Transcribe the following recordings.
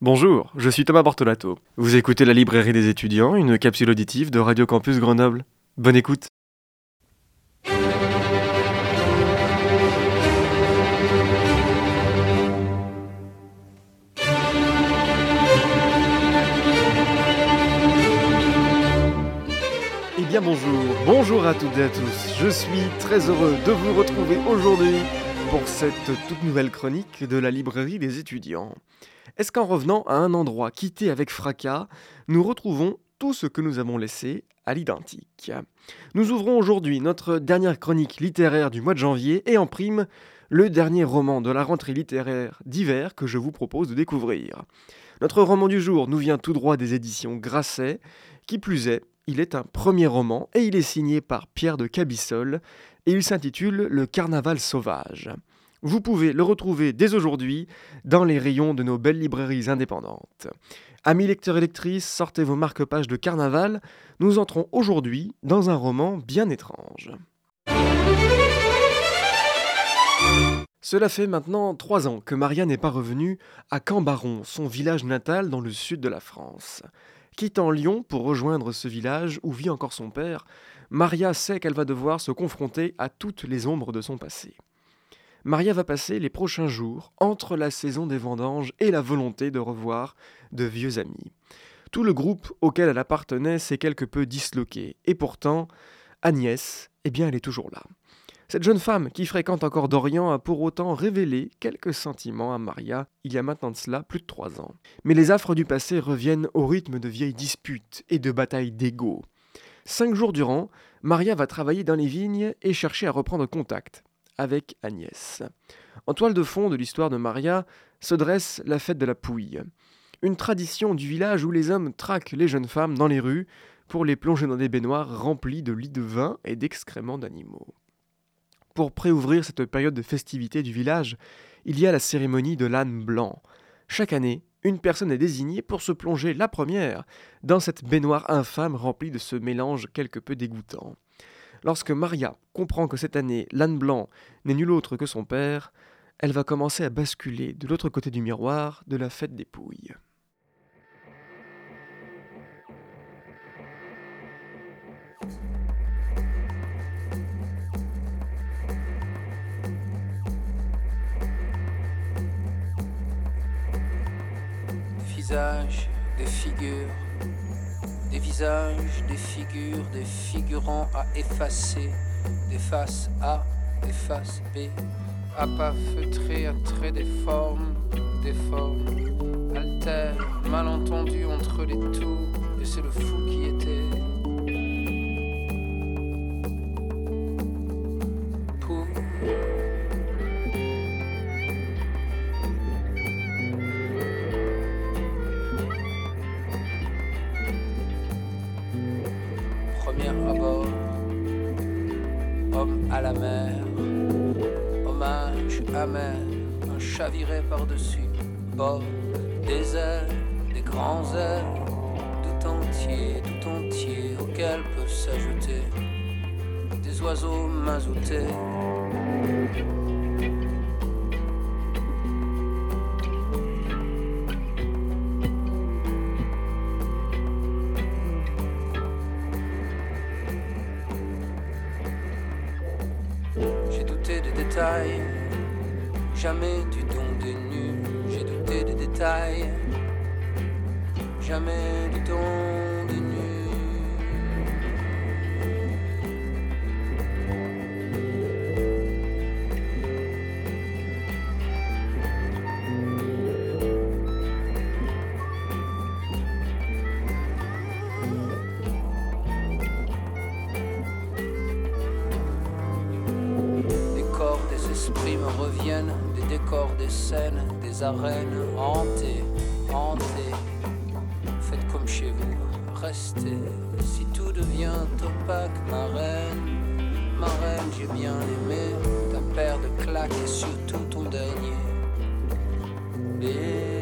Bonjour, je suis Thomas Bortolato. Vous écoutez La Librairie des étudiants, une capsule auditive de Radio Campus Grenoble. Bonne écoute. Eh bien bonjour à toutes et à tous. Je suis très heureux de vous retrouver aujourd'hui pour cette toute nouvelle chronique de La Librairie des étudiants. Est-ce qu'en revenant à un endroit quitté avec fracas, nous retrouvons tout ce que nous avons laissé à l'identique ? Nous ouvrons aujourd'hui notre dernière chronique littéraire du mois de janvier et en prime, le dernier roman de la rentrée littéraire d'hiver que je vous propose de découvrir. Notre roman du jour nous vient tout droit des éditions Grasset. Qui plus est, il est un premier roman et il est signé par Pierre de Cabissol et il s'intitule Le Carnaval sauvage. Vous pouvez le retrouver dès aujourd'hui dans les rayons de nos belles librairies indépendantes. Amis lecteurs et lectrices, sortez vos marque-pages de carnaval. Nous entrons aujourd'hui dans un roman bien étrange. Cela fait maintenant 3 ans que Maria n'est pas revenue à Cambaron, son village natal dans le sud de la France. Quittant Lyon pour rejoindre ce village où vit encore son père, Maria sait qu'elle va devoir se confronter à toutes les ombres de son passé. Maria va passer les prochains jours entre la saison des vendanges et la volonté de revoir de vieux amis. Tout le groupe auquel elle appartenait s'est quelque peu disloqué, et pourtant, Agnès, elle est toujours là. Cette jeune femme qui fréquente encore Dorian a pour autant révélé quelques sentiments à Maria il y a maintenant de cela plus de 3 ans. Mais les affres du passé reviennent au rythme de vieilles disputes et de batailles d'ego. 5 jours durant, Maria va travailler dans les vignes et chercher à reprendre contact avec Agnès. En toile de fond de l'histoire de Maria se dresse la fête de la Pouille, une tradition du village où les hommes traquent les jeunes femmes dans les rues pour les plonger dans des baignoires remplies de lits de vin et d'excréments d'animaux. Pour préouvrir cette période de festivité du village, il y a la cérémonie de l'âne blanc. Chaque année, une personne est désignée pour se plonger la première dans cette baignoire infâme remplie de ce mélange quelque peu dégoûtant. Lorsque Maria comprend que cette année, l'âne blanc n'est nul autre que son père, elle va commencer à basculer de l'autre côté du miroir de la fête des Pouilles. Des figures, des visages, des figures, des figurants à effacer, des faces A, des faces B, à pas feutrés, à traits des formes, altères, malentendus entre les tours, et c'est le fou qui était. Homme à la mer, hommage amer, un chaviré par-dessus, bord, des airs, des grands airs, tout entier, auquel peuvent s'ajouter des oiseaux mazoutés. Jamais du don des nus, j'ai douté des détails. Jamais du don des nus. Esprits me reviennent, des décors, des scènes, des arènes hantées. Faites comme chez vous, restez. Si tout devient opaque, ma reine, j'ai bien aimé ta paire de claques et surtout ton dernier baiser.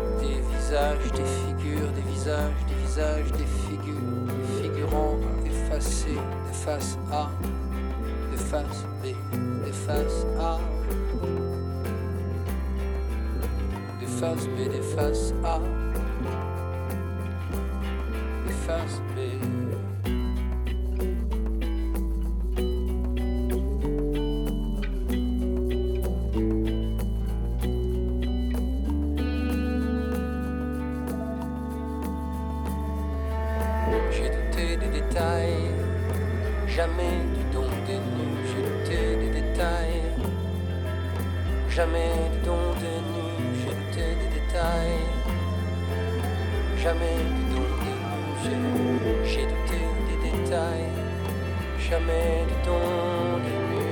Des figures, des figurants effacé, des faces A, des faces B, des faces A, des faces B, des faces A, des faces B. Jamais du don des nus, j'ai douté des détails. Jamais du don des nus, j'ai douté des détails. Jamais du don des nus, j'ai douté des détails. Jamais du don des nus.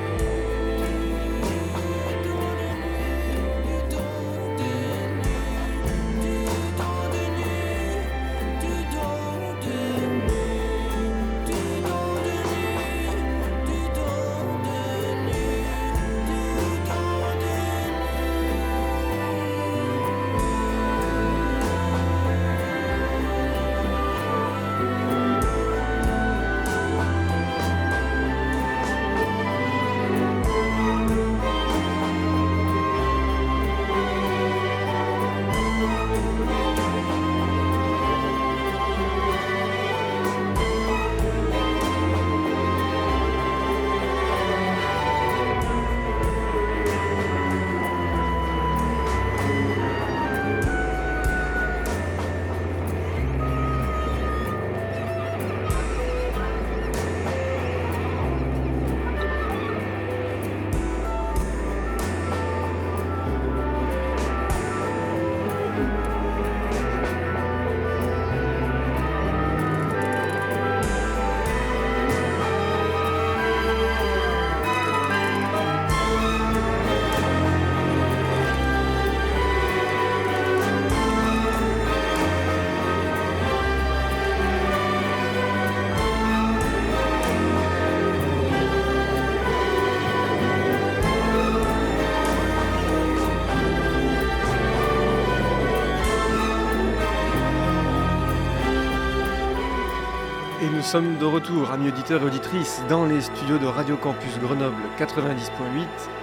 Nous sommes de retour, amis auditeurs et auditrices, dans les studios de Radio Campus Grenoble 90.8,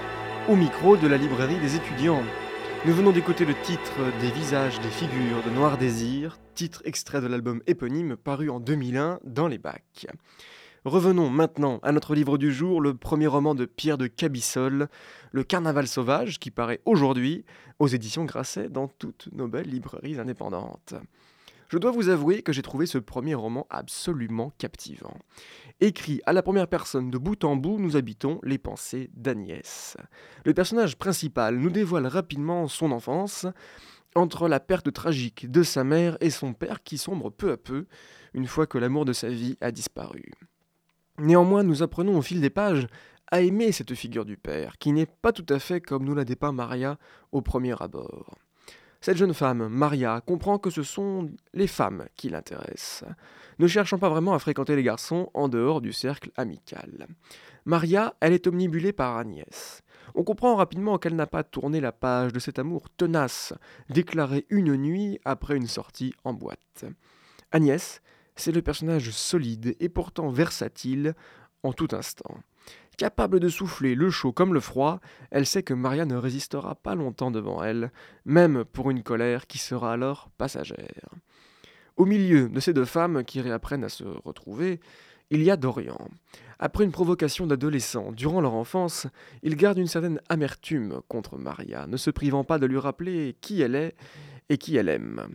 au micro de la librairie des étudiants. Nous venons d'écouter le titre Des visages, des figures de Noir Désir, titre extrait de l'album éponyme paru en 2001 dans les bacs. Revenons maintenant à notre livre du jour, le premier roman de Pierre de Cabissol, Le Carnaval sauvage, qui paraît aujourd'hui aux éditions Grasset dans toutes nos belles librairies indépendantes. Je dois vous avouer que j'ai trouvé ce premier roman absolument captivant. Écrit à la première personne de bout en bout, nous habitons les pensées d'Agnès. Le personnage principal nous dévoile rapidement son enfance, entre la perte tragique de sa mère et son père qui sombre peu à peu, une fois que l'amour de sa vie a disparu. Néanmoins, nous apprenons au fil des pages à aimer cette figure du père, qui n'est pas tout à fait comme nous la dépeint Maria au premier abord. Cette jeune femme, Maria, comprend que ce sont les femmes qui l'intéressent, ne cherchant pas vraiment à fréquenter les garçons en dehors du cercle amical. Maria, elle est omnibulée par Agnès. On comprend rapidement qu'elle n'a pas tourné la page de cet amour tenace, déclaré une nuit après une sortie en boîte. Agnès, c'est le personnage solide et pourtant versatile en tout instant. Capable de souffler le chaud comme le froid, elle sait que Maria ne résistera pas longtemps devant elle, même pour une colère qui sera alors passagère. Au milieu de ces deux femmes qui réapprennent à se retrouver, il y a Dorian. Après une provocation d'adolescent durant leur enfance, il garde une certaine amertume contre Maria, ne se privant pas de lui rappeler qui elle est et qui elle aime.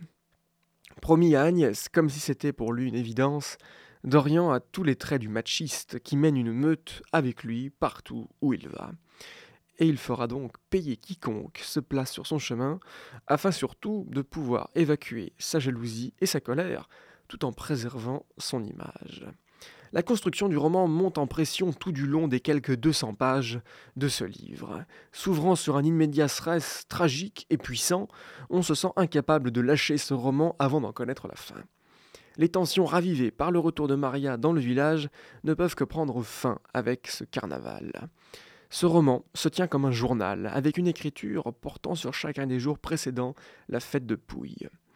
Promis à Agnès, comme si c'était pour lui une évidence, Dorian a tous les traits du machiste qui mène une meute avec lui partout où il va. Et il fera donc payer quiconque se place sur son chemin, afin surtout de pouvoir évacuer sa jalousie et sa colère, tout en préservant son image. La construction du roman monte en pression tout du long des quelques 200 pages de ce livre. S'ouvrant sur un in medias res tragique et puissant, on se sent incapable de lâcher ce roman avant d'en connaître la fin. Les tensions ravivées par le retour de Maria dans le village ne peuvent que prendre fin avec ce carnaval. Ce roman se tient comme un journal, avec une écriture portant sur chacun des jours précédant la fête de Pouille.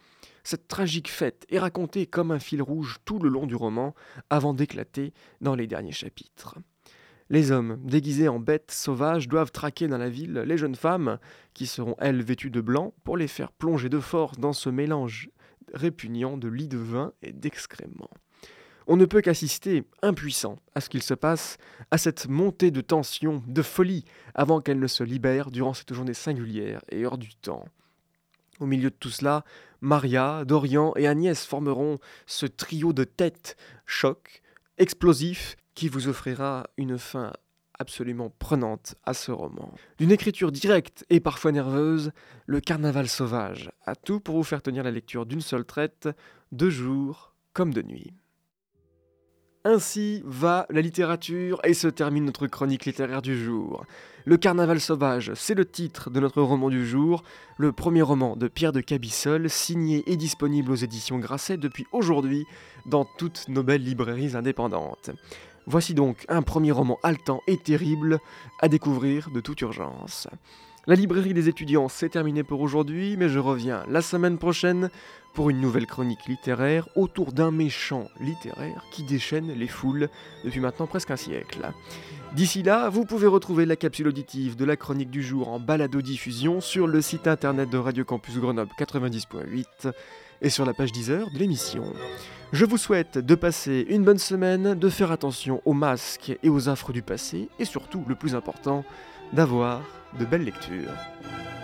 cette tragique fête est racontée comme un fil rouge tout le long du roman, avant d'éclater dans les derniers chapitres. Les hommes, déguisés en bêtes sauvages, doivent traquer dans la ville les jeunes femmes, qui seront elles vêtues de blanc, pour les faire plonger de force dans ce mélange répugnant de lit de vin et d'excréments. On ne peut qu'assister, impuissant, à ce qu'il se passe, à cette montée de tension, de folie, avant qu'elle ne se libère durant cette journée singulière et hors du temps. Au milieu de tout cela, Maria, Dorian et Agnès formeront ce trio de têtes, choc, explosif, qui vous offrira une fin absolument prenante à ce roman. D'une écriture directe et parfois nerveuse, le Carnaval sauvage a tout pour vous faire tenir la lecture d'une seule traite, de jour comme de nuit. Ainsi va la littérature et se termine notre chronique littéraire du jour. Le Carnaval sauvage, c'est le titre de notre roman du jour, le premier roman de Pierre de Cabissol, signé et disponible aux éditions Grasset depuis aujourd'hui dans toutes nos belles librairies indépendantes. Voici donc un premier roman haletant et terrible à découvrir de toute urgence. La librairie des étudiants, c'est terminé pour aujourd'hui, mais je reviens la semaine prochaine pour une nouvelle chronique littéraire autour d'un méchant littéraire qui déchaîne les foules depuis maintenant presque un siècle. D'ici là, vous pouvez retrouver la capsule auditive de la chronique du jour en balado-diffusion sur le site internet de Radio Campus Grenoble 90.8 et sur la page Deezer de l'émission. Je vous souhaite de passer une bonne semaine, de faire attention aux masques et aux affres du passé, et surtout, le plus important, d'avoir de belles lectures.